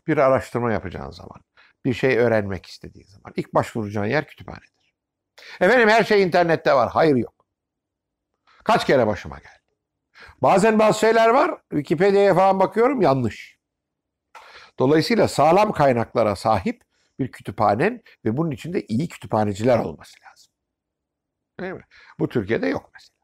bir araştırma yapacağın zaman, bir şey öğrenmek istediğin zaman ilk başvuracağın yer kütüphanedir. Efendim her şey internette var. Hayır yok. Kaç kere başıma geldi. Bazen bazı şeyler var. Wikipedia'ya falan bakıyorum yanlış. Dolayısıyla sağlam kaynaklara sahip bir kütüphanen ve bunun içinde iyi kütüphaneciler olması lazım. Değil mi? Bu Türkiye'de yok mesela.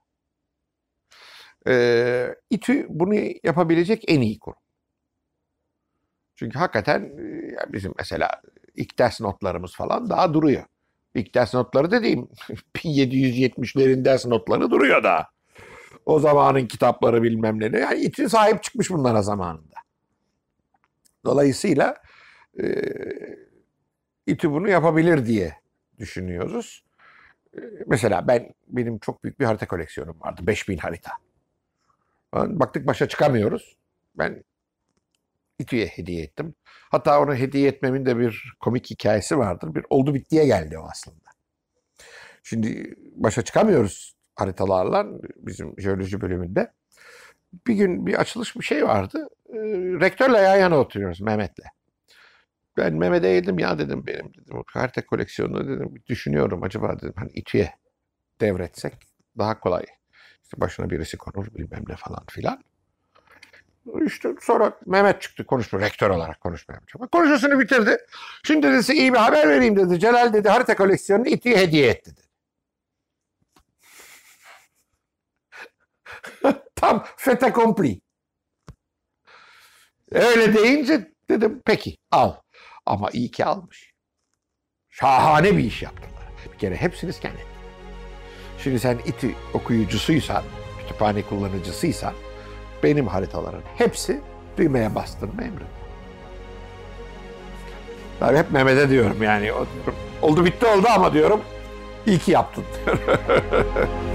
İTÜ bunu yapabilecek en iyi kurum. Çünkü hakikaten bizim mesela ilk ders notlarımız falan daha duruyor. İlk ders notları dediğim 1770'lerin ders notları duruyor daha. O zamanın kitapları bilmem ne. Yani İTÜ sahip çıkmış bunlara zamanında. Dolayısıyla İTÜ bunu yapabilir diye düşünüyoruz. Mesela benim çok büyük bir harita koleksiyonum vardı. 5000 harita. Baktık başa çıkamıyoruz. Ben İTÜ'ye hediye ettim. Hatta onu hediye etmemin de bir komik hikayesi vardır. Bir oldu bittiye geldi o aslında. Şimdi başa çıkamıyoruz haritalarla bizim jeoloji bölümünde. Bir gün bir açılış bir şey vardı. Rektörle yan yana oturuyoruz Mehmet'le. Ben Mehmet'e eğildim ya dedim benim dedim harita koleksiyonunu dedim düşünüyorum acaba dedim hani İTÜ'ye devretsek daha kolay. İşte başına birisi konur bilmem ne falan filan. İşte sonra Mehmet çıktı konuşma rektör olarak konuşmaya başladı. Konuşmasını bitirdi. Şimdi dedi size iyi bir haber vereyim dedi. Celal dedi harita koleksiyonunu İTÜ'ye hediye etti dedi. Tam fait accompli. Öyle deyince dedim peki al. Ama iyi ki almış. Şahane bir iş yaptılar. Bir kere hepsiniz kendi. Şimdi sen İTÜ okuyucusuysan, kütüphane kullanıcısıysan benim haritaların hepsi düğmeye bastırma emri. Tabii hep Mehmet'e diyorum yani oldu bitti oldu ama diyorum iyi ki yaptın diyorum.